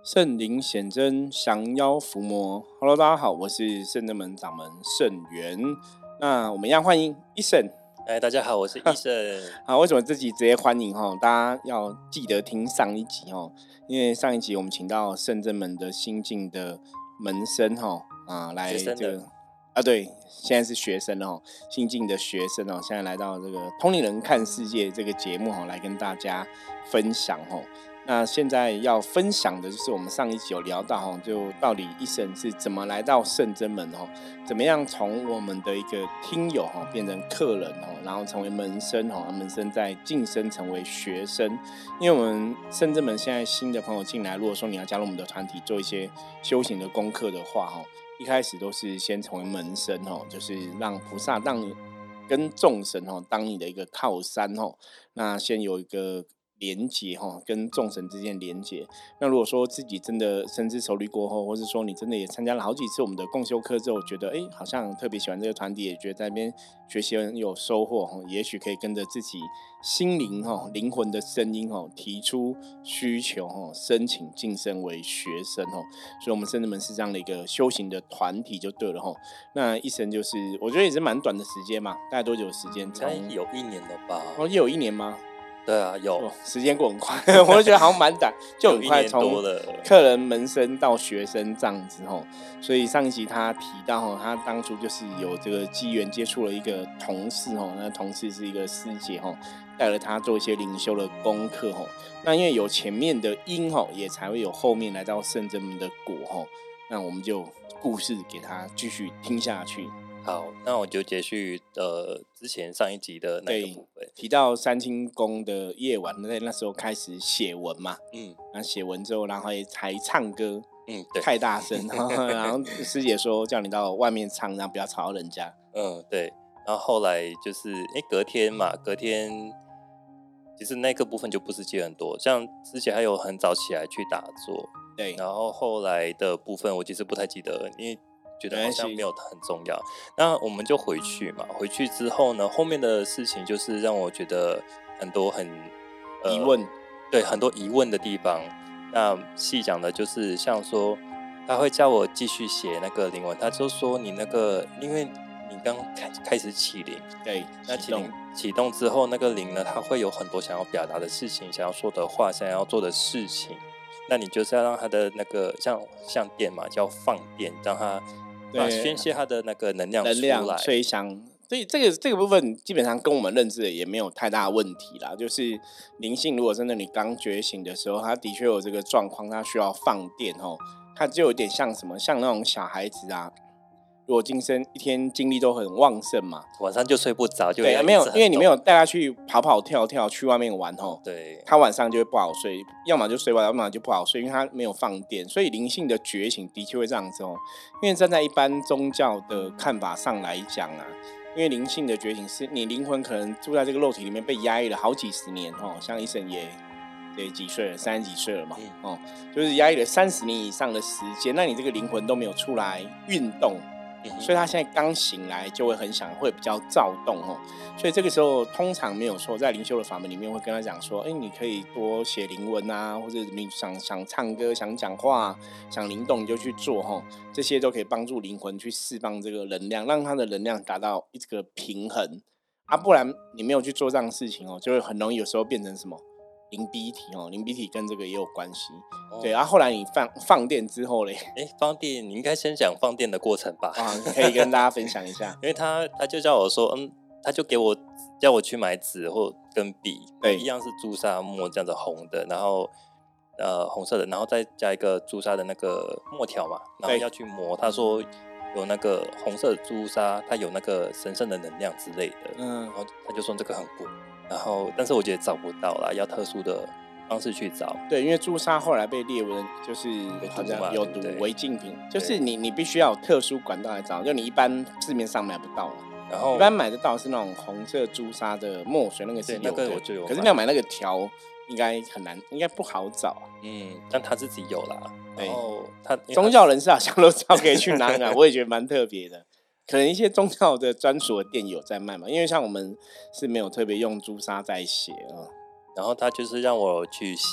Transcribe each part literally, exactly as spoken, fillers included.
圣灵显真，降妖伏魔。Hello， 大家好，我是圣真门掌门圣元。那我们一样欢迎一生。 哎，大家好，我是医生。 好，为什么这集直接欢迎哈？大家要记得听上一集哈，因为上一集我们请到圣真门的新进的门生哈啊来这个啊，对，现在是学生哦，新进的学生哦，现在来到这个同龄人看世界这个节目哈，来跟大家分享哈。那现在要分享的就是我们上一集有聊到哈，就到底一生是怎么来到圣真门哈，怎么样从我们的一个听友哈变成客人哈，然后成为门生哈，门生再晋升成为学生。因为我们圣真门现在新的朋友进来，如果说你要加入我们的团体做一些修行的功课的话哈，一开始都是先成为门生哈，就是让菩萨让你跟众神哈当你的一个靠山哈，那先有一个连结哈，跟众神之间的连结。那如果说自己真的深思熟虑过后，或是说你真的也参加了好几次我们的共修课之后，觉得哎，好像特别喜欢这个团体，也觉得在那边学习很有收获哈，也许可以跟着自己心灵哈、灵魂的声音哈，提出需求哈，申请晋升为学生哈。所以，我们圣真门是这样的一个修行的团体就对了哈。那一生就是我觉得也是蛮短的时间嘛，大概多久的时间？ 应该有一年了吧？ 哦，也有一年吗？ 对啊，有、 哦、时间过很快，我就觉得好像蛮短，就很快从客人门生到学生这样子吼。所以上一集他提到吼，他当初就是有这个机缘接触了一个同事吼，那同事是一个师姐吼，带了他做一些灵修的功课吼。那因为有前面的因吼，也才会有后面来到圣真门的果吼。那我们就故事给他继续听下去。 好，那我就接续呃之前上一集的那个部分， 提到三清宫的夜晚，在那时候开始写文嘛，嗯，那写文之后，然后也才唱歌， 嗯，对， 太大声，然后师姐说叫你到外面唱，然后不要吵到人家， 嗯，对，然后后来就是哎隔天嘛，隔天其实那个部分就不是接很多，像之前还有很早起来去打坐， 对， 然后后来的部分我其实不太记得，因为觉得好像没有很重要，那我们就回去嘛。回去之后呢，后面的事情就是让我觉得很多很、 呃、疑问， 对，很多疑问的地方。那细讲的就是像说，他会叫我继续写那个灵文，他就说你那个，因为你刚开开始起灵， 对， 那起灵启动之后，那个灵呢，它会有很多想要表达的事情，想要说的话，想要做的事情。那你就是要让他的那个像像电嘛，叫放电，让他。把宣泄它的那个能量出来， 能量吹响，所以这个这个部分基本上跟我们认知的也没有太大的问题啦。就是灵性，如果真的你刚觉醒的时候，它的确有这个状况，它需要放电哦，它就有点像什么，像那种小孩子啊。如果今生一天精力都很旺盛嘛， 晚上就睡不着，就对，没有，因为你没有带他去跑跑跳跳，去外面玩吼， 对， 他晚上就会不好睡，要么就睡不着，要么就不好睡，因为他没有放电，所以灵性的觉醒的确会这样子哦。因为站在一般宗教的看法上来讲啊，因为灵性的觉醒是你灵魂可能住在这个肉体里面被压抑了好几十年哦，像医生也也几岁了，三十几岁了嘛，嗯、哦，就是压抑了三十年以上的时间，那你这个灵魂都没有出来运动。所以他现在刚醒来就会很想，会比较躁动哦。所以这个时候通常没有说在灵修的法门里面会跟他讲说，哎，你可以多写灵文啊，或者你想想唱歌、想讲话、想灵动你就去做哈，这些都可以帮助灵魂去释放这个能量，让它的能量达到一个平衡啊。不然你没有去做这样的事情哦，就会很容易有时候变成什么？灵逼体哦，灵逼体跟这个也有关系。哦、对，然、啊、后后来你放放电之后嘞， 哎，放电你应该先讲放电的过程吧？ 啊，可以跟大家分享一下。 因为他他就叫我说，嗯，他就给我叫我去买纸或跟笔，对，一样是朱砂墨这样子红的，然后呃红色的，然后再加一个朱砂的那个墨条嘛，然后要去磨。他说有那个红色的朱砂，它有那个神圣的能量之类的，嗯，然后他就说这个很贵。然后，但是我觉得找不到啦，要特殊的方式去找。 对，因为朱砂后来被列为就是好像有毒违禁品，就是你你必须要有特殊管道来找，就你一般市面上买不到了。然后一般买得到是那种红色朱砂的墨水，那个是有的， 那个我就有。 可是你要买那个条，应该很难，应该不好找。 嗯，但他自己有啦。然后他宗教人士好像都知道可以去拿拿，我也觉得蛮特别的。可能一些宗教的专属的店有在卖嘛，因为像我们是没有特别用朱砂在写啊。 然后他就是让我去写，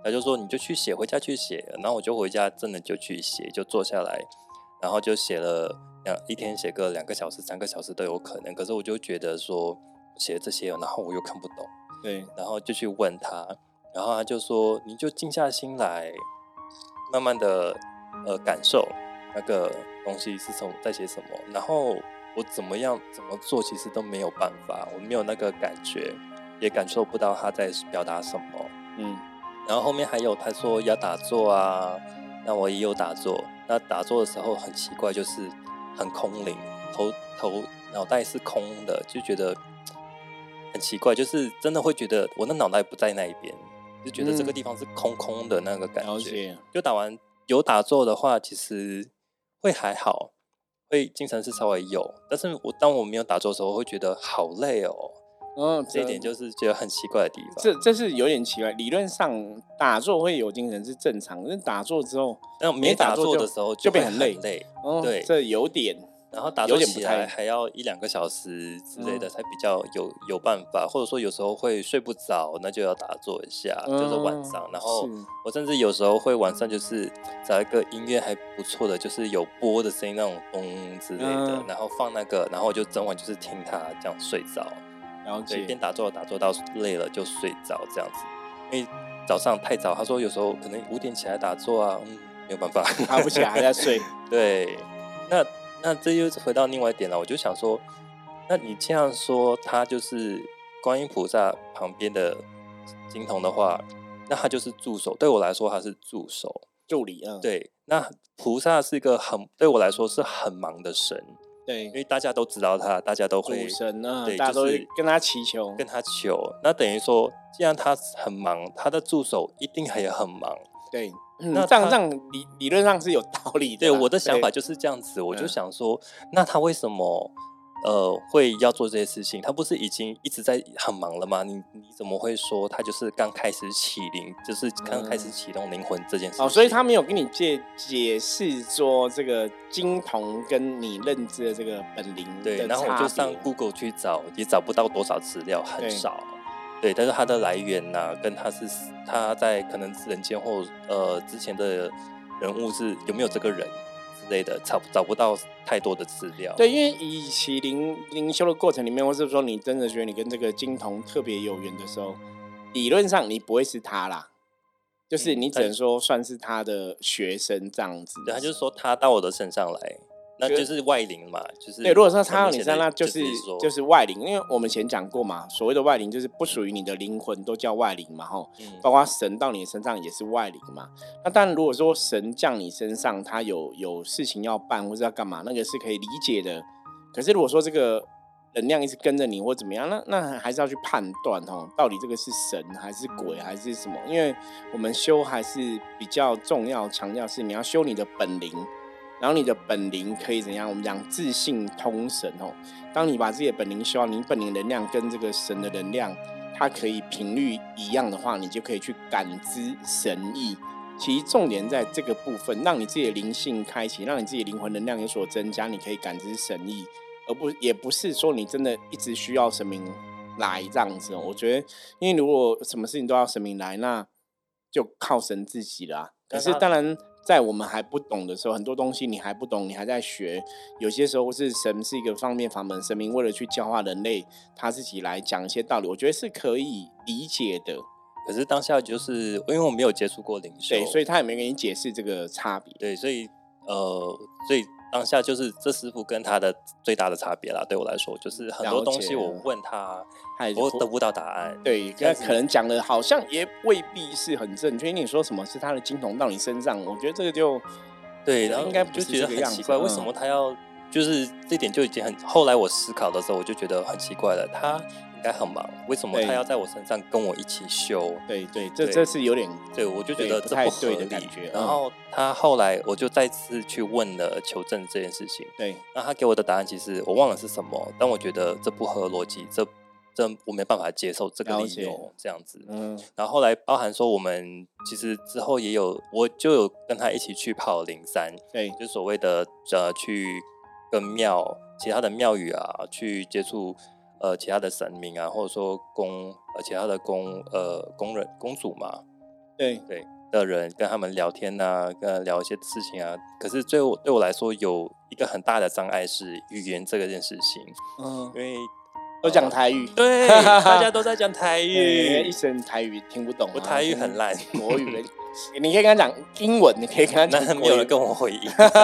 他就说你就去写，回家去写。然后我就回家真的就去写，就坐下来，然后就写了两一天写个两个小时、三个小时都有可能。可是我就觉得说写这些，然后我又看不懂， 对， 然后就去问他，然后他就说你就静下心来，慢慢的呃感受那个东西是什么，在写什么，然后我怎么样怎么做，其实都没有办法，我没有那个感觉，也感受不到他在表达什么。嗯，然后后面还有他说要打坐啊，那我也有打坐。那打坐的时候很奇怪，就是很空灵，头头脑袋是空的，就觉得很奇怪，就是真的会觉得我的脑袋不在那一边，就觉得这个地方是空空的那个感觉。嗯、就打完有打坐的话，其实会还好，会精神是稍微有，但是我当我没有打坐的时候，会觉得好累哦。嗯，这一点就是觉得很奇怪的地方。 这这是有点奇怪。理论上打坐会有精神是正常，但打坐之后， 但没打坐的时候就变很累。 累， 哦、对，这有点。 然后打坐起来还要一两个小时之类的，才比较有有办法，或者说有时候会睡不着，那就要打坐一下，嗯、就是晚上。然后我甚至有时候会晚上就是找一个音乐还不错的，就是有波的声音那种咚之类的，嗯、然后放那个，然后我就整晚就是听它这样睡着。 了解。 对，边打坐打坐到累了就睡着这样子，因为早上太早，他说有时候可能五点起来打坐啊，嗯，没有办法， 爬不起来还在睡。 对，那那这又回到另外一点了，我就想说，那你这样说他就是观音菩萨旁边的金童的话，那他就是助手，对我来说他是助手助理啊、嗯。 对，那菩萨是一个很对我来说是很忙的神。 对， 因为大家都知道他，大家都会主神啊， 对， 大家都会跟他祈求， 跟他求。那等于说，既然他很忙，他的助手一定也很忙。 对，嗯、那这样这样理理论上是有道理的。 对，我的想法就是这样子，我就想说，嗯、那他为什么呃会要做这些事情？他不是已经一直在很忙了吗？你你怎么会说他就是刚开始启灵，就是刚开始启动灵魂这件事情？ 哦，所以他没有跟你解解释说这个金童跟你认知的这个本灵的差别。 对，然后我就上 Google 去找，也找不到多少资料，很少。对，但是它的来源呐、啊，跟他是他在可能人间或呃之前的人物是有没有这个人之类的，找找不到太多的资料。 对，因为以其灵灵修的过程里面，或是说你真的觉得你跟这个金童特别有缘的时候，理论上你不会是他啦，就是你只能说算是他的学生这样子。 对，他就是说他到我的身上来。那就是外灵嘛，就是对。如果说他到你身上，那就是就是外灵，因为我们以前讲过嘛，所谓的外灵就是不属于你的灵魂都叫外灵嘛，吼、嗯，包括神到你身上也是外灵嘛。那当然，如果说神降你身上，他有有事情要办或者要干嘛，那个是可以理解的。可是如果说这个能量一直跟着你或怎么样，那那还是要去判断哦，到底这个是神还是鬼还是什么？因为我们修还是比较重要，强调是你要修你的本灵。然后你的本灵可以怎样？我们讲自性通神哦。当你把自己的本灵修好，你本灵能量跟这个神的能量，它可以频率一样的话，你就可以去感知神意。其实重点在这个部分，让你自己的灵性开启，让你自己的灵魂能量有所增加，你可以感知神意，而不也不是说你真的一直需要神明来这样子。我觉得，因为如果什么事情都要神明来，那就靠神自己啦。可是当然。在我们还不懂的时候，很多东西你还不懂，你还在学。有些时候是神是一个方便法门，神明为了去教化人类，他自己来讲一些道理，我觉得是可以理解的。 可是当下就是因为我没有接触过灵修， 对，所以他也没给你解释这个差别。 对，所以呃，所以当下就是这师傅跟他的最大的差别啦。对我来说，就是很多东西我问他，我得不到答案。 对，可能讲的好像也未必是很正确。因为你说什么是他的金童到你身上，我觉得这个就对，然后应该不就是觉得很奇怪， 嗯、 为什么他要就是这点就已经很。后来我思考的时候，我就觉得很奇怪了，他应该很忙，为什么他要在我身上跟我一起修？ 对对，这这是有点对，我就觉得这不太合理对的感觉。 然后他后来我就再次去问了求证这件事情， 对， 那他给我的答案其实我忘了是什么，但我觉得这不合逻辑，这这我没办法接受这个理由这样子。嗯，然后后来包含说我们其实之后也有，我就有跟他一起去跑灵山， 对， 就所谓的呃去跟庙其他的庙宇啊去接触。呃，其他的神明啊，或者说公呃其他的公呃工人公主嘛， 对对的人，跟他们聊天啊，跟聊一些事情啊。可是对我对我来说，有一个很大的障碍是语言这个件事情，嗯，因为都讲台语， 呃、对，大家都在讲台语， 一声台语听不懂、啊， 我台语很烂， 国语你可以跟他讲英文，你可以跟他讲， 那没有人跟我回应。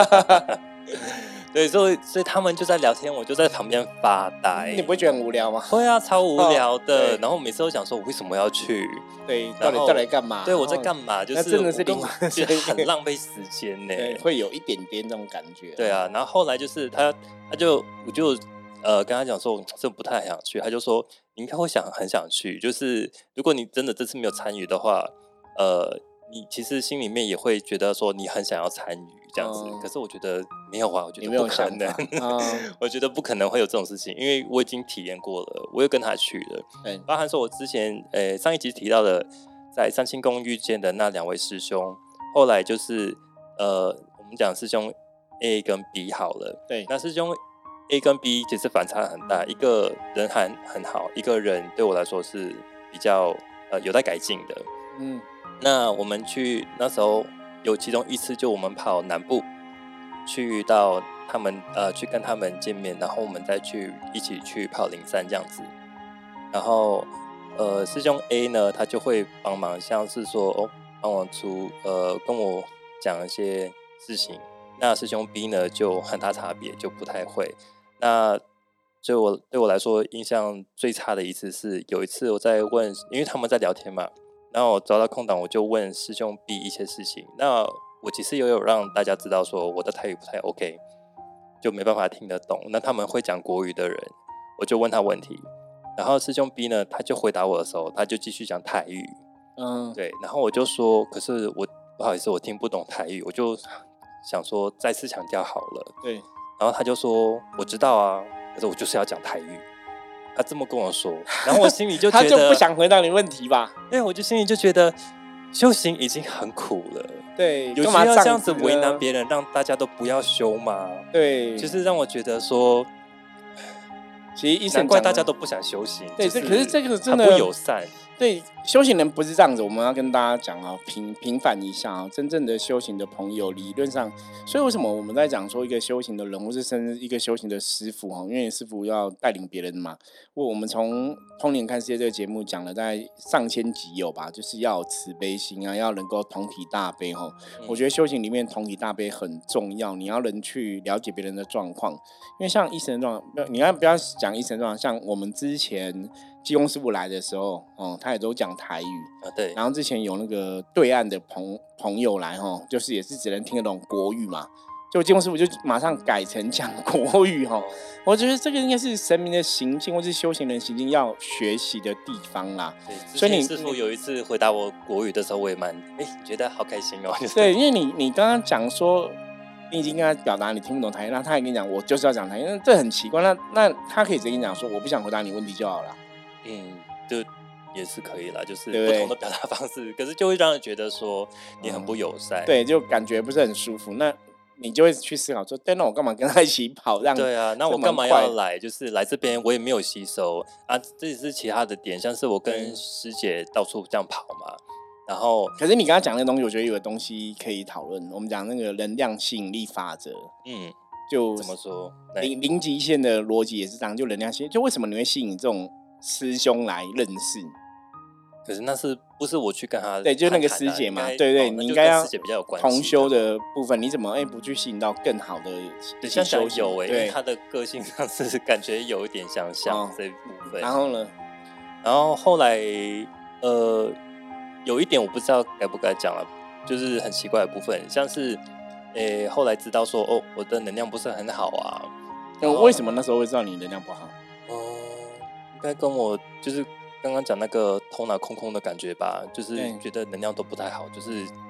对，所以所以他们就在聊天，我就在旁边发呆。 你不会觉得很无聊吗？ 会啊，超无聊的。哦、然后每次都想说，我为什么要去？ 对，到底到底干嘛？ 对，我在干嘛？就是那真的是就很浪费时间呢。 会有一点点这种感觉。 对啊，然后后来就是他，他就我就呃跟他讲说，这不太想去。他就说，你应该会想很想去，就是如果你真的这次没有参与的话，呃，你其实心里面也会觉得说你很想要参与。这样子、嗯，可是我觉得没有啊，我觉得不可能，嗯、我觉得不可能会有这种事情，因为我已经体验过了，我又跟他去了，嗯，包含说我之前，呃，上一集提到的，在三清宫遇见的那两位师兄，后来就是，呃，我们讲师兄 A 跟 B 好了，对，那师兄 A 跟 B 其实反差很大，一个人很很好，一个人对我来说是比较呃有待改进的，嗯，那我们去那时候。有其中一次，就我们跑南部，去到他们呃，去跟他们见面，然后我们再去一起去跑灵山这样子。然后呃，师兄 A 呢，他就会帮忙，像是说哦，帮我出呃，跟我讲一些事情。那师兄 B 呢，就很大差别，就不太会。那对我对我来说，印象最差的一次是有一次我在问，因为他们在聊天嘛。然后我找到空档，我就问师兄 B 一些事情。那我其实也有让大家知道说我的台语不太 OK， 就没办法听得懂。那他们会讲国语的人，我就问他问题。然后师兄 B 呢，他就回答我的时候，他就继续讲台语。嗯，对。然后我就说，可是我不好意思，我听不懂台语。我就想说再次强调好了。对。然后他就说，我知道啊，可是我就是要讲台语。他这么跟我说，然后我心里就觉得他就不想回答你问题吧？ 对，我就心里就觉得修行已经很苦了， 对， 有需要这样子为难别人，让大家都不要修吗？ 对， 就是让我觉得说， 其实医生难怪大家都不想修行。 对， 就是、 可是这个真的不友善。 对，修行人不是这样子，我们要跟大家讲啊，平平反一下啊，真正的修行的朋友，理论上，所以为什么我们在讲说一个修行的人，或是甚至一个修行的师傅哈，因为师傅要带领别人嘛。我们从《通灵看世界》这个节目讲了，在上千集有吧，就是要有慈悲心啊，要能够同体大悲哈。嗯、我觉得修行里面同体大悲很重要，你要能去了解别人的状况，因为像医生的状况，你要不要讲医生的状况？像我们之前。济公师傅来的时候，哦、嗯，他也都讲台语啊，对。 然后之前有那个对岸的朋朋友来，哈，就是也是只能听得懂国语嘛，就济公师傅就马上改成讲国语，哈。我觉得这个应该是神明的行径，或是修行人行径要学习的地方啦。 对，所以你师傅有一次回答我国语的时候，我也蛮哎、欸，觉得好开心哦。 对，因为你你刚刚讲说。你已经跟他表达你听不懂台语，那他也跟你讲我就是要讲台语，那这很奇怪。那那他可以直接跟你讲说我不想回答你问题就好了。 嗯，就也是可以啦，就是不同的表达方式，对对，可是就会让人觉得说你很不友善、嗯， 对，就感觉不是很舒服。那你就会去思考说，对，那我干嘛跟他一起跑？让对啊，那我干嘛要来？就是来这边我也没有吸收啊，这也是其他的点，像是我跟师姐到处这样跑嘛。然后， 可是你刚刚讲那个东西，我觉得有个东西可以讨论。我们讲那个能量吸引力法则，嗯，就怎么说？ 零零极限的逻辑也是这样，就能量吸引。就为什么你会吸引这种师兄来认识？ 可是那是不是我去跟他？ 对，就那个师姐嘛，对 对, 对、哦，你应该要同修的部分，你怎么哎、欸、不去吸引到更好的一起修行？ 有哎、欸，因为他的个性上是感觉有一点相像、哦、这一部分。 然后呢？ 然后后来呃。有一点我不知道该不该讲了，就是很奇怪的部分，像是，诶、欸，后来知道说，哦，我的能量不是很好啊。 那为什么那时候会知道你能量不好？ 嗯，应该跟我就是刚刚讲那个头脑空空的感觉吧，就是觉得能量都不太好，就是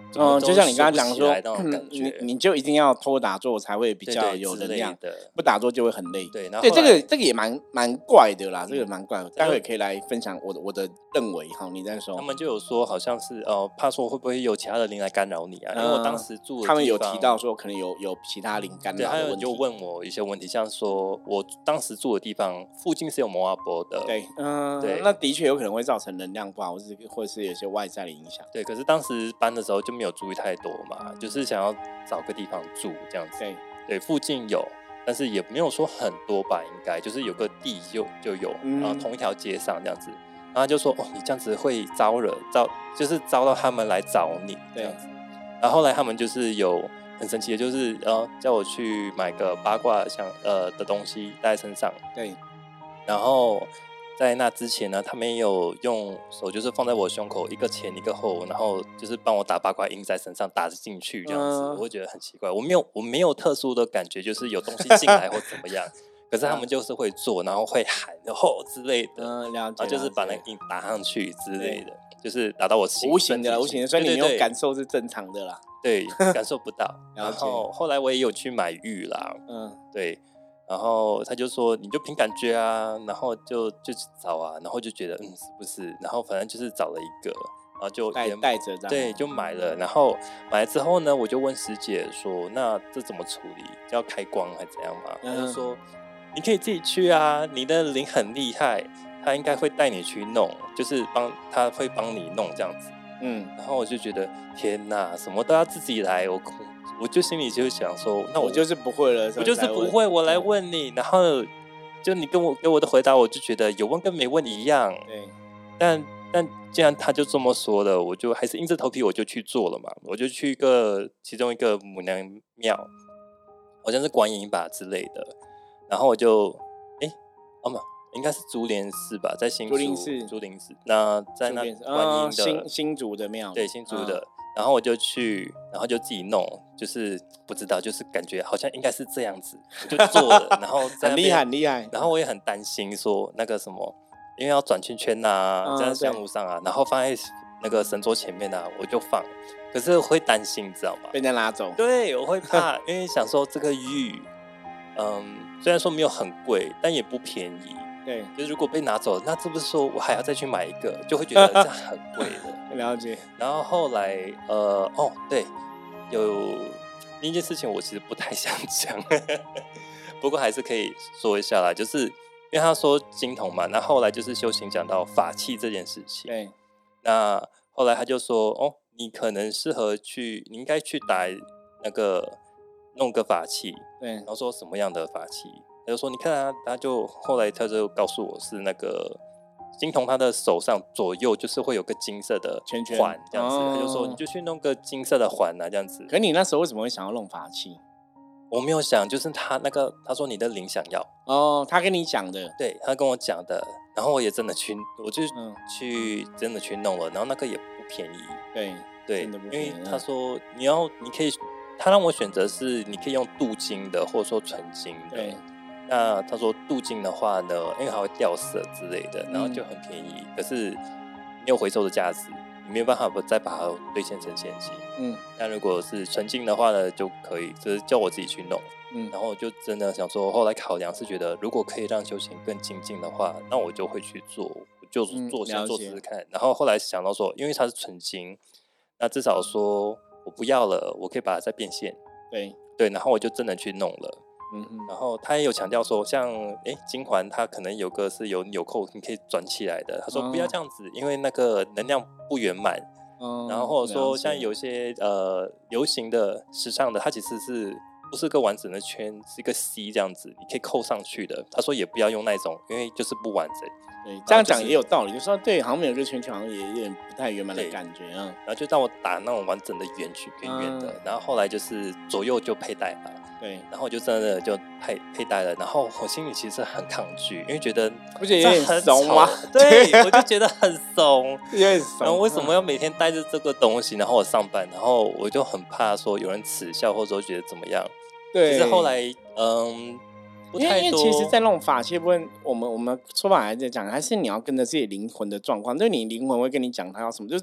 嗯，就像你刚刚讲说， 嗯、 你你就一定要拖打坐才会比较有能量， 对对的不打坐就会很累。 对，然后对这个这个也蛮蛮怪的啦，嗯、这个蛮怪的。待会可以来分享我的我的认为哈，你再说。 他们就有说好像是呃，怕说会不会有其他的灵来干扰你啊？因为我当时住的地方， 他们有提到说可能有有其他灵干扰的问题。 对，他就问我一些问题，像说我当时住的地方附近是有摩阿波的， 对，嗯、呃，对，那的确有可能会造成能量不好，或是或是有些外在的影响。 对，可是当时搬的时候就没有注意太多嘛，就是想要找个地方住这样子。 对， 对，附近有，但是也没有说很多吧，应该就是有个地就就有，嗯、然后同一条街上这样子。然后他就说：“哦，你这样子会招惹招，就是招到他们来找你这样子。”然后后来他们就是有很神奇的，就是呃叫我去买个八卦像呃的东西带在身上。 对， 然后在那之前呢，他们也有用手就是放在我胸口，一个前一个后，然后就是帮我打八卦印在身上，打进去这样子。嗯、我会觉得很奇怪，我没有我没有特殊的感觉，就是有东西进来或怎么样。可是他们就是会做，然后会喊然后之类的，嗯、然后就是把那个印打上去之类的，就是打到我心， 无形的，无形的，所以你没有感受是正常的啦。 对，感受不到。然后后来我也有去买玉啦，嗯，对，然后他就说你就凭感觉啊，然后就就找啊，然后就觉得嗯是不是，然后反正就是找了一个，然后就带带着， 对，就买了。然后买了之后呢，我就问师姐说，那这怎么处理？要开光还是怎样嘛？她、嗯、就说。你可以自己去啊，你的灵很厉害，他应该会带你去弄，就是帮他会帮你弄这样子。嗯，然后我就觉得天哪，什么都要自己来，我我就心里就想说，那我, 我就是不会了， 我就是不会，我来问你，然后就你跟我给我的回答，我就觉得有问跟没问一样。 对， 但但既然他就这么说了，我就还是硬着头皮我就去做了嘛，我就去一个其中一个母娘庙，好像是观音吧之类的。然后我就，哎，哦不，应该是竹林寺吧，在新竹。 竹林寺， 竹林寺。那在那观音的、 哦、新新竹的庙， 对，新竹的。嗯、然后我就去，然后就自己弄，就是不知道，就是感觉好像应该是这样子，我就做了。然后在很厉害，很厉害。 然后我也很担心说那个什么，因为要转圈圈呐、啊，在香炉上啊，然后放在那个神桌前面啊，我就放。可是我会担心，你知道吗？ 被人家拿走。 对，我会怕，因为想说这个玉，嗯。虽然说没有很贵，但也不便宜。 对， 就是如果被拿走，那是不是说我还要再去买一个，就会觉得这样很贵的。 了解。 然后后来，呃，哦，对，有另一件事情我其实不太想讲，不过还是可以说一下啦。就是因为他说金童嘛，那后来就是修行讲到法器这件事情。 对。 那后来他就说，哦，你可能适合去，你应该去打那个。弄个法器， 对， 然后说什么样的法器，他就说你看啊，他就后来他就告诉我是那个金童，他的手上左右就是会有个金色的环这样子，哦、他就说你就去弄个金色的环啊这样子。 可你那时候为什么会想要弄法器？ 我没有想，就是他那个他说你的灵想要哦，他跟你讲的， 对他跟我讲的，然后我也真的去，我就去真的去弄了，然后那个也不便宜， 对对，因为他说你要你可以。他让我选择是，你可以用镀金的，或者说纯金的。 对。 那他说镀金的话呢，因为它会掉色之类的，然后就很便宜，嗯、可是没有回收的价值，你没有办法再把它兑现成现金。嗯。那如果是纯金的话呢，就可以，就是叫我自己去弄。嗯。然后我就真的想说，后来考量是觉得，如果可以让修行更精进的话，那我就会去做，我就做先做试试看。然后后来想到说，因为它是纯金，那至少说。我不要了，我可以把它再变现。 对对，然后我就真的去弄了。嗯哼，然后他也有强调说，像哎金环，它可能有个是有纽扣，你可以转起来的。他说不要这样子，嗯、因为那个能量不圆满。嗯，然后或者说像有些呃流行的、时尚的，它其实是不是个完整的圈，是一个 C 这样子，你可以扣上去的。他说也不要用那种，因为就是不完整。 对，这样讲也有道理，就说对，好像没有个圈圈，好像也有点不太圆满的感觉啊。 然后就让我打那种完整的圆曲，圆圆的。嗯、然后后来就是左右就佩戴吧。 对， 然后我就真的就佩佩戴了。然后我心里其实很抗拒，因为觉得不觉得有点怂吗？ 对，我就觉得很怂， 有点怂。 然后为什么要每天带着这个东西？然后我上班，然后我就很怕说有人耻笑，或者说觉得怎么样。 对， 其实后来嗯。 因为因为其实，在那种法器部分，我们我们说法还在讲，还是你要跟着自己灵魂的状况，就是你灵魂会跟你讲他要什么，就是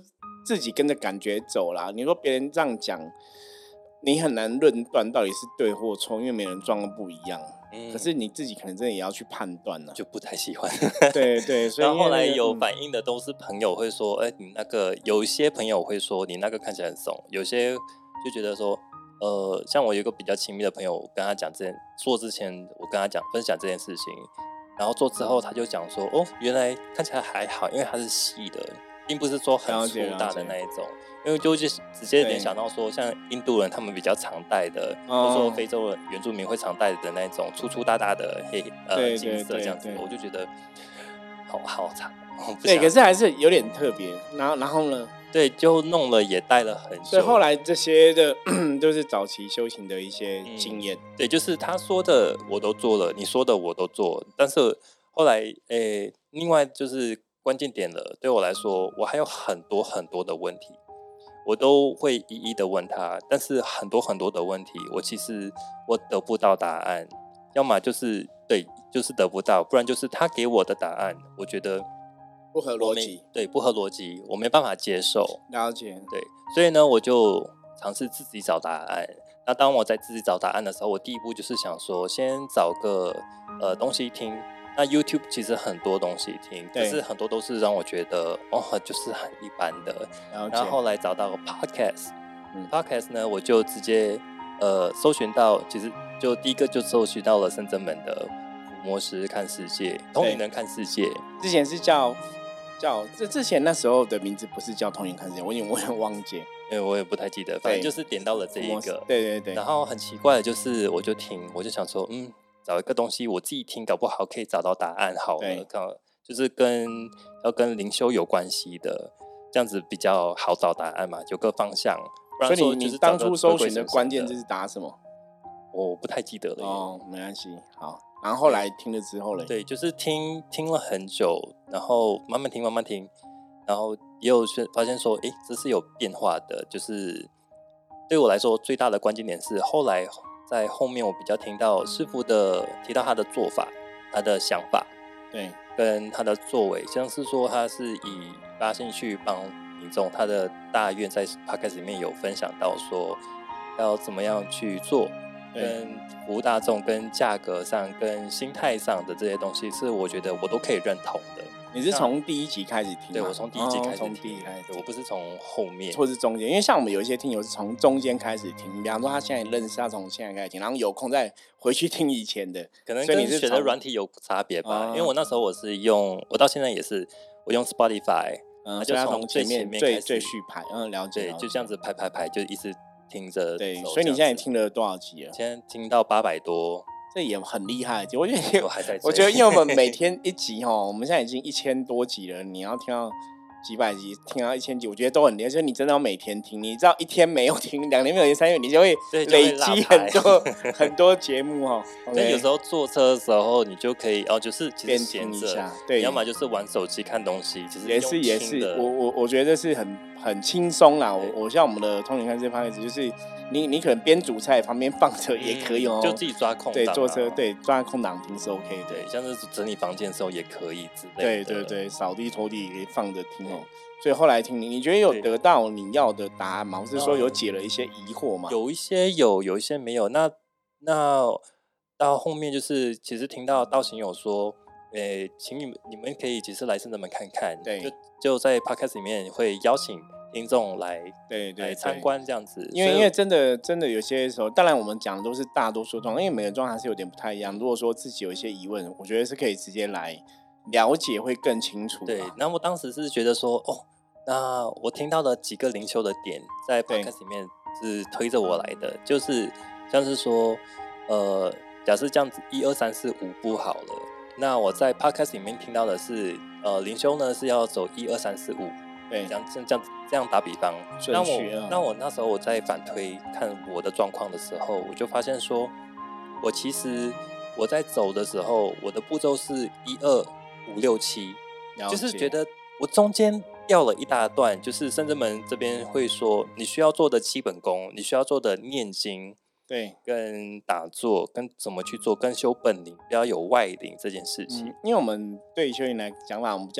自己跟着感觉走啦。你说别人这样讲，你很难论断到底是对或错，因为每人状况不一样。嗯，可是你自己可能真的也要去判断了， 就不太喜欢。 对对，所以、 那个、然后后来有反映的都是朋友会说，哎、嗯欸，你那个有一些朋友会说你那个看起来很怂，有些就觉得说，呃，像我有一个比较亲密的朋友，我跟他讲这件做之前，我跟他讲分享这件事情，然后做之后他就讲说，哦，原来看起来还好，因为它是细的，并不是说很粗大的那一种。因为就直接联想到说，像印度人他们比较常戴的，或者说非洲的原住民会常戴的那种粗粗大大的黑呃金色这样子，我就觉得好好惨。 对，可是还是有点特别。然后然后呢？ 对，就弄了也戴了很久。 所以后来这些的就是早期修行的一些经验、 嗯。对，就是他说的我都做了，你说的我都做，但是后来诶，另外就是关键点了，对我来说，我还有很多很多的问题。我都会一一的问他，但是很多很多的问题，我其实我得不到答案，要么就是对，就是得不到，不然就是他给我的答案，我觉得不合逻辑， 对，不合逻辑，我没办法接受。 了解， 对，所以呢，我就尝试自己找答案。那当我在自己找答案的时候，我第一步就是想说，先找个呃东西听。那 YouTube 其实很多东西听，可是很多都是让我觉得哦，就是很一般的。然后后来找到个 Podcast，Podcast、嗯、Podcast 呢，我就直接呃搜寻到，其实就第一个就搜寻到了圣真门的伏魔师看世界，通灵人看世界。 之前是叫叫这之前那时候的名字不是叫通灵看世界，我有点我也忘记， 因为我也不太记得，反正就是点到了这一个。 对对对。 然后很奇怪的就是，我就听，我就想说，嗯。找一个东西我自己听，搞不好可以找到答案好了。就是跟要跟灵修有关系的，这样子比较好找答案嘛，有个方向。不然说所以 你, 你当初搜寻的关键字是打什么？ 我不太记得了。 哦，没关系。好，然后后来听了之后呢？ 对，就是听听了很久，然后慢慢听，慢慢听，然后也有发现说，哎，这是有变化的。就是对我来说，最大的关键点是后来。在后面我比较听到师父的提到他的做法，他的想法， 对， 跟他的作为，像是说他是以发心去帮民众，他的大愿在 podcast 里面有分享到说要怎么样去做，跟服务大众、跟价格上、跟心态上的这些东西，是我觉得我都可以认同的。 你是从第一集开始听吗？ 对，我从第一集开始听， 哦、第一开始我不是从后面或是中间，因为像我们有一些听友是从中间开始听，比方说他现在认识，他从现在开始听，然后有空再回去听以前的， 可能跟选择软体有差别吧。因为我那时候我是用，我到现在也是我用 Spotify， 嗯， 就从最前面最最续排，嗯，了解， 对，就这样子排排排，就一直听着。 对，所以你现在听了多少集了？ 现在听到八百多。 这也很厉害，我觉得我还在， 我觉得因为我们每天一集哈，我们现在已经一千多集了，你要听到几百集，听到一千集，我觉得都很厉害。所以你真的要每天听，你知道一天没有听，两天没有听，三月你就会累积很多很多节目哈。 所以有时候坐车的时候，你就可以哦，就是其实闲着， 对， 你要么就是玩手机看东西，其实也是也是，我我我觉得是很很轻松啦。我我像我们的通灵看这 podcast 就是。你你可能边煮菜旁边放着也可以哦、 嗯，就自己抓空档、啊， 对，坐车对抓空档听是 OK 的， 对，像是整理房间的时候也可以之类的， 对对对，扫地拖地也可以放着听哦。所以后来听你，你觉得有得到你要的答案吗？或是说有解了一些疑惑吗？ 嗯、有一些有，有一些没有。那那到后面就是其实听到道行有说，诶，请你们你们可以其实来圣真门看看， 对， 就就在 podcast 里面会邀请。听众来对对参观这样子， 因为因为真的真的有些时候，当然我们讲的都是大多数状况，因为每个状况还是有点不太一样。如果说自己有一些疑问，我觉得是可以直接来了解，会更清楚。 对，那我当时是觉得说，哦，那我听到的几个灵修的点，在 podcast 里面是推着我来的，就是像是说，呃，假设这样子一二三四五步好了，那我在 podcast 里面听到的是，呃，灵修呢是要走一二三四五。 对， 这样这样这样打比方，那我那我那时候我在反推看我的状况的时候，我就发现说，我其实我在走的时候，我的步骤是一二五六七，就是觉得我中间掉了一大段，就是圣真门这边会说，你需要做的基本功，你需要做的念经， 对， 跟打坐，跟怎么去做，跟修本领，不要有外灵这件事情。 嗯、因为我们对修行来讲法，我们叫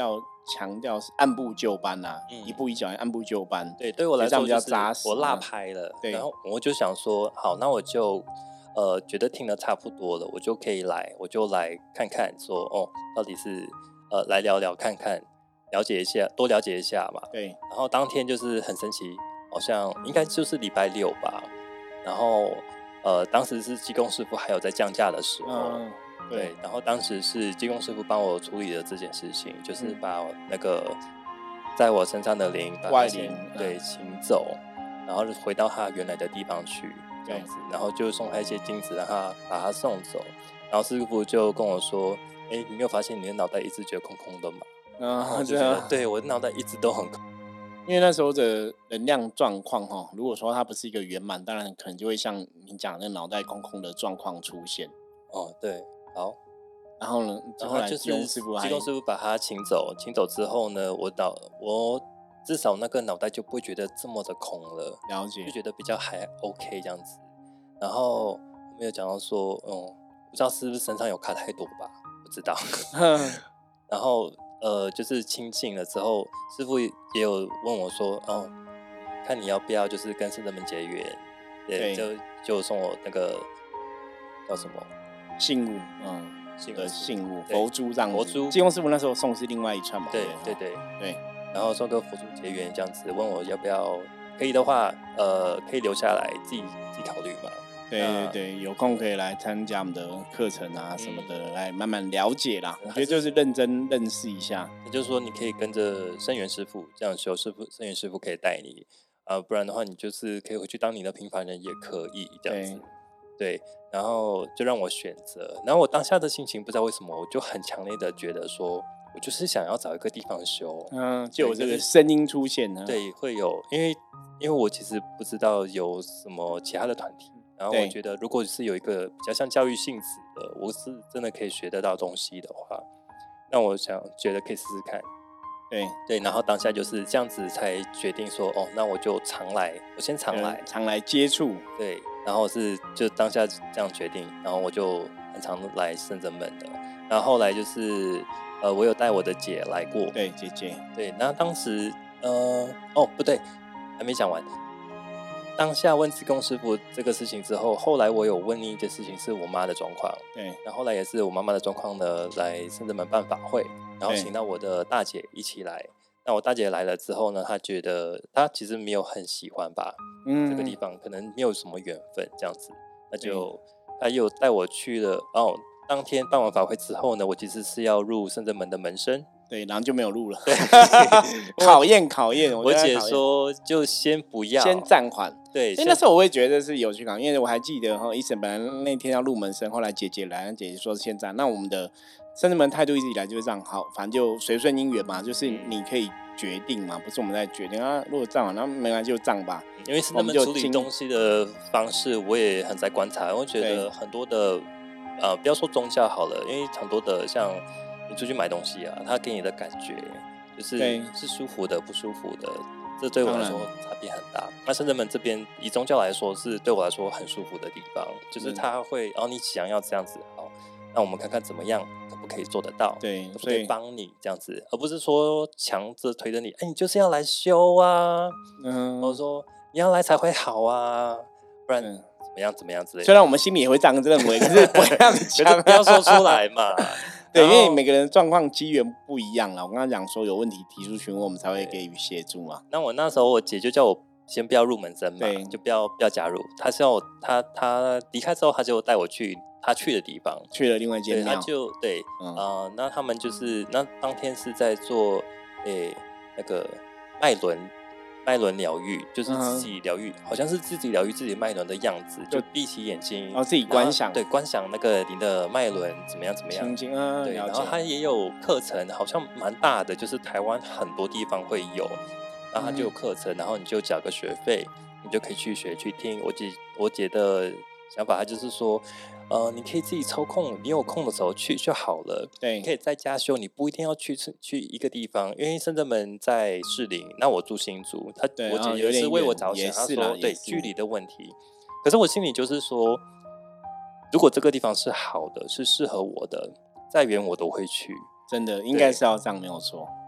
强调是按部就班啊，嗯、一步一脚印，按部就班。 对，对我来说比较扎实。 我落拍了，然后我就想说，好，那我就呃觉得听得差不多了，我就可以来，我就来看看说，哦，到底是呃来聊聊看看，了解一下，多了解一下嘛。 对。 然后当天就是很神奇，好像应该就是礼拜六吧，然后呃当时是技工师傅还有在降价的时候。嗯对, 对，然后当时是技工师傅帮我处理了这件事情，就是把那个在我身上的灵把它请对请走，然后回到他原来的地方去，这样子，然后就送他一些金子，让他把他送走。然后师傅就跟我说：“哎，你没有发现你的脑袋一直觉得空空的吗？”然后我就觉得，对，我的脑袋一直都很空， 因为那时候的能量状况哈，如果说它不是一个圆满，当然可能就会像你讲的脑袋空空的状况出现。 哦，对。好， 然后呢？ 然后就是技工师傅，技工师傅把他请走，请走之后呢，我脑我至少那个脑袋就不会觉得这么的空了， 了解， 就觉得比较还 OK 这样子。然后没有讲到说，嗯，不知道是不是身上有卡太多吧，不知道。然后呃，就是清静了之后，师傅也有问我说，哦，看你要不要就是跟圣人们结缘，对，就就送我那个叫什么？ 信物，嗯，的信物，佛珠这样子。 佛珠， 技工师傅那时候送是另外一串嘛？ 对对对对。 然后送个佛珠结缘这样子，问我要不要，可以的话，呃，可以留下来自己自己考虑嘛。 对对对，有空可以来参加我们的课程啊什么的，嗯、来慢慢了解啦。我觉得就是认真认识一下。 也就是说，你可以跟着圣元师傅这样修，师傅圣元师傅可以带你啊、呃，不然的话，你就是可以回去当你的平凡人也可以这样子。对，然后就让我选择，然后我当下的心情不知道为什么，我就很强烈的觉得说，我就是想要找一个地方修， 嗯，就有这个声音出现呢。 对，会有，因为因为我其实不知道有什么其他的团体，然后我觉得如果是有一个比较像教育性质的，我是真的可以学得到东西的话，那我想觉得可以试试看。 对对，然后当下就是这样子才决定说，哦，那我就常来，我先常来， 常来接触。 对。然后是就当下这样决定，然后我就很常来圣真门的。然后后来就是呃，我有带我的姐来过， 对，姐姐， 对。那当时呃，哦不对，还没讲完。当下问技工师傅这个事情之后，后来我有问另一件事情，是我妈的状况。 对。 然后后来也是我妈妈的状况呢，来圣真门办法会，然后请到我的大姐一起来。那我大姐来了之后呢，她觉得她其实没有很喜欢吧，嗯，这个地方可能没有什么缘分这样子，那就她又带我去了。哦，当天办完法会之后呢，我其实是要入圣真门的门生， 对，然后就没有入了。考验考验， 我姐说就先不要， 先暂缓。 对， 因为那时候我也觉得是有趣感，因为我还记得哈，医生本来那天要入门生，后来姐姐来，姐姐说先暂。那我们的圣真门态度一直以来就是这样，好，反正就随顺因缘嘛，就是你可以决定嘛，不是我们在决定啊。如果这样，那没关系就这样吧。 因为圣真门处理东西的方式，我也很在观察，我觉得很多的呃，不要说宗教好了，因为很多的像你出去买东西啊，他给你的感觉就是是舒服的，不舒服的。这对我来说差别很大。那圣真门这边以宗教来说，是对我来说很舒服的地方，就是他会，然后你想要这样子，好，那我们看看怎么样可不可以做得到， 对， 可不可以帮你这样子，而不是说强着推着你，哎，你就是要来修啊，嗯，或者说你要来才会好啊，不然怎么样怎么样之类的。 虽然我们心里也会这样认为，可是不要这样讲， 不要说出来嘛。 对，因为每个人的状况机缘不一样啦。我刚刚讲说有问题提出询问，我们才会给予协助嘛。 那我那时候我姐就叫我先不要入门生嘛，就不要不要加入。她是要我，她她离开之后，她就带我去她去的地方， 去了另外一间庙。 她就对，嗯、呃，那他们就是那当天是在做诶、欸、那个脉轮。脉轮疗愈就是自己疗愈，好像是自己疗愈自己脉轮的样子，就闭起眼睛， 然后自己观想， 对，观想那个你的脉轮怎么样怎么样， 清清啊， 对，然后它也有课程，好像蛮大的，就是台湾很多地方会有，然后它就有课程，然后你就缴个学费，你就可以去学去听。我姐我姐的想法，她就是说，呃，你可以自己抽空，你有空的时候去就好了。 对， 你可以在家修，你不一定要去去一个地方，因为圣真门在士林，那我住新竹，他我姐也是为我着想，她说对距离的问题。可是我心里就是说，如果这个地方是好的，是适合我的，再远我都会去。 真的应该是要这样，没有错。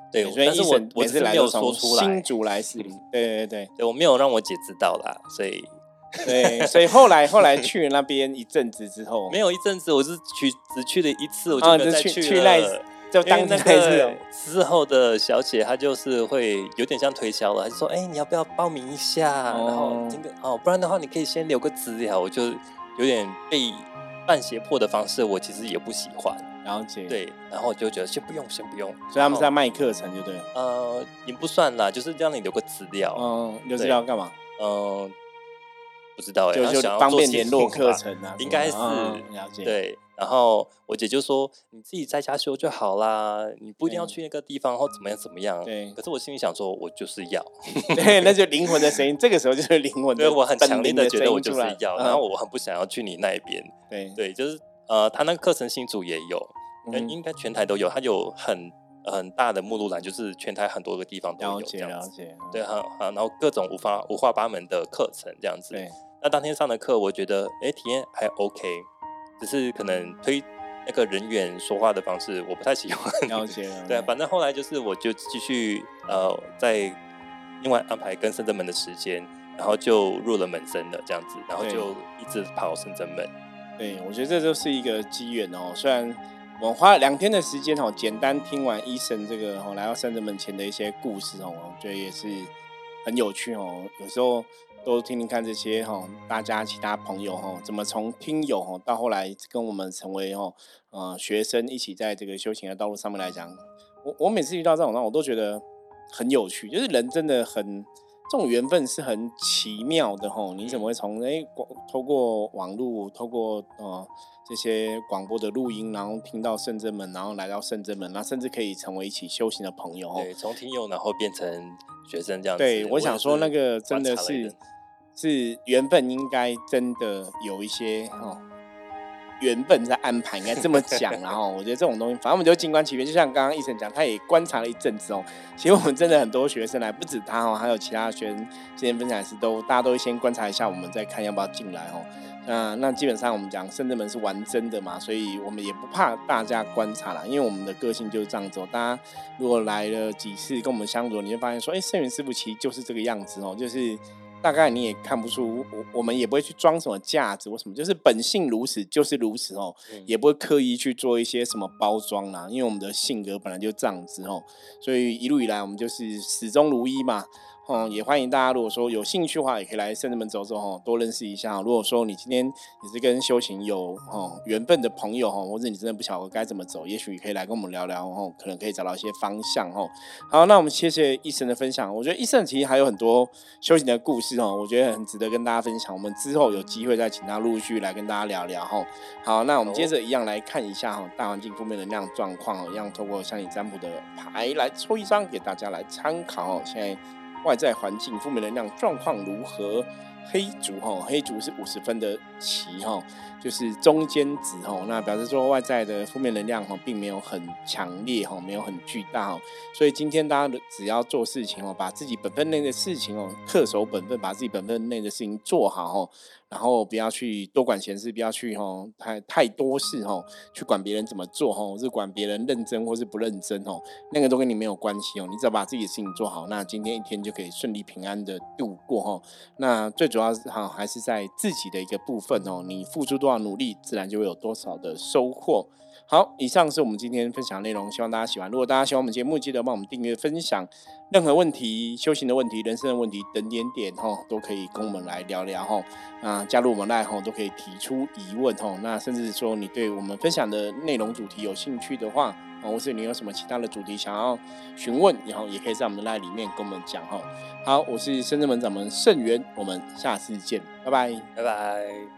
对， 所以但是我我每次来都说出来， 新竹来市里，对对对， 对我没有让我姐知道啦，所以对，所以后来后来去了那边一阵子之后， 没有一阵子，我是去只去了一次，我就没有再去了。 去去那就当那个之后的小姐，她就是会有点像推销了，她就说：“哎、欸，你要不要报名一下？哦、然后这个哦，不然的话你可以先留个资料。”我就有点被半胁迫的方式，我其实也不喜欢。 了解。对， 然后我就觉得先不用，先不用。 所以他们是在卖课程，就对了。 呃，也不算啦，就是让你留个资料。 嗯，留资料干嘛？ 嗯。不知道哎、 欸，就就方便联络课程啊， 应该是、 嗯、了解。 对，然后我姐就说：“你自己在家修就好啦，你不一定要去那个地方或怎么样怎么样。”对。可是我心里想说，我就是要。 对，那就灵魂的声音，这个时候就是灵魂的。 对，我很强烈的觉得我就是要，然后我很不想要去你那边。 对对，就是呃，他那个课程新竹也有，嗯，应该全台都有，他有很。很大的目录栏，就是全台很多个地方都有这样子。 了解了解。 对，好，然后各种五花五花八门的课程这样子。 对。 那当天上的课，我觉得哎，体验还 OK， 只是可能推那个人员说话的方式我不太喜欢。 了解了解。 对，反正后来就是我就继续呃，在另外安排跟圣真门的时间，然后就入了门生了这样子，然后就一直跑圣真门。 对，我觉得这就是一个机缘哦，虽然。我们花了两天的时间哦，简单听完医生这个哦来到圣真门前的一些故事哦，我觉得也是很有趣哦。有时候都听听看这些哦，大家其他朋友哦怎么从听友哦到后来跟我们成为哦呃学生一起在这个修行的道路上面来讲，我我每次遇到这种让我都觉得很有趣，就是人真的很这种缘分是很奇妙的哦。你怎么会从哎透过网络透过呃。这些广播的录音，然后听到圣真门，然后来到圣真门，然后甚至可以成为一起修行的朋友。 对，从听友然后变成学生这样子。 对，我想说那个真的是是缘分，应该真的有一些哦缘分在安排，应该这么讲。然后我觉得这种东西，反正我们就静观其变。就像刚刚医生讲，他也观察了一阵子哦。其实我们真的很多学生来，不止他哦，还有其他学生今天分享师都，大家都会先观察一下，我们再看要不要进来哦。那那基本上我们讲圣真门是玩真的嘛，所以我们也不怕大家观察啦，因为我们的个性就是这样子哦。大家如果来了几次跟我们相处，你会发现说，哎，圣元师父其实就是这个样子哦，就是大概你也看不出，我我们也不会去装什么架子或什么，就是本性如此就是如此哦，嗯、也不会刻意去做一些什么包装啦，因为我们的性格本来就这样子哦，所以一路以来我们就是始终如一嘛。嗯，也欢迎大家，如果说有兴趣的话，也可以来圣真门走走哈，多认识一下。如果说你今天也是跟修行有哦缘分的朋友哈，或者你真的不晓得该怎么走，也许可以来跟我们聊聊哦，可能可以找到一些方向哦。好，那我们谢谢医生的分享。我觉得医生其实还有很多修行的故事哦，我觉得很值得跟大家分享。我们之后有机会再请他陆续来跟大家聊聊哈。好，那我们接着一样来看一下哈大环境负面能量状况哦，一样透过相应占卜的牌来抽一张给大家来参考哦。现在。外在环境负面能量状况如何？黑竹哈，黑竹是五十分的旗哈，就是中间值哈，那表示说外在的负面能量哈，并没有很强烈哈，没有很巨大哈，所以今天大家只要做事情哦，把自己本分内的事情哦，恪守本分，把自己本分内的事情做好哈，然后不要去多管闲事，不要去哈太太多事哈，去管别人怎么做哈，或是管别人认真或是不认真哦，那个都跟你没有关系哦，你只要把自己的事情做好，那今天一天就可以顺利平安的度过哈。那最主要是哈还是在自己的一个部分哦，你付出多少努力，自然就会有多少的收获。好，以上是我们今天分享的内容，希望大家喜欢。如果大家喜欢我们节目，记得帮我们订阅、分享。任何问题、修行的问题、人生的问题等点点吼，都可以跟我们来聊聊吼。那加入我们 LINE 吼，都可以提出疑问吼。那甚至说你对我们分享的内容主题有兴趣的话，或是你有什么其他的主题想要询问，然后也可以在我们的 LINE 里面跟我们讲吼。好，我是深圳门掌门盛元，我们下次见，拜拜， 拜拜。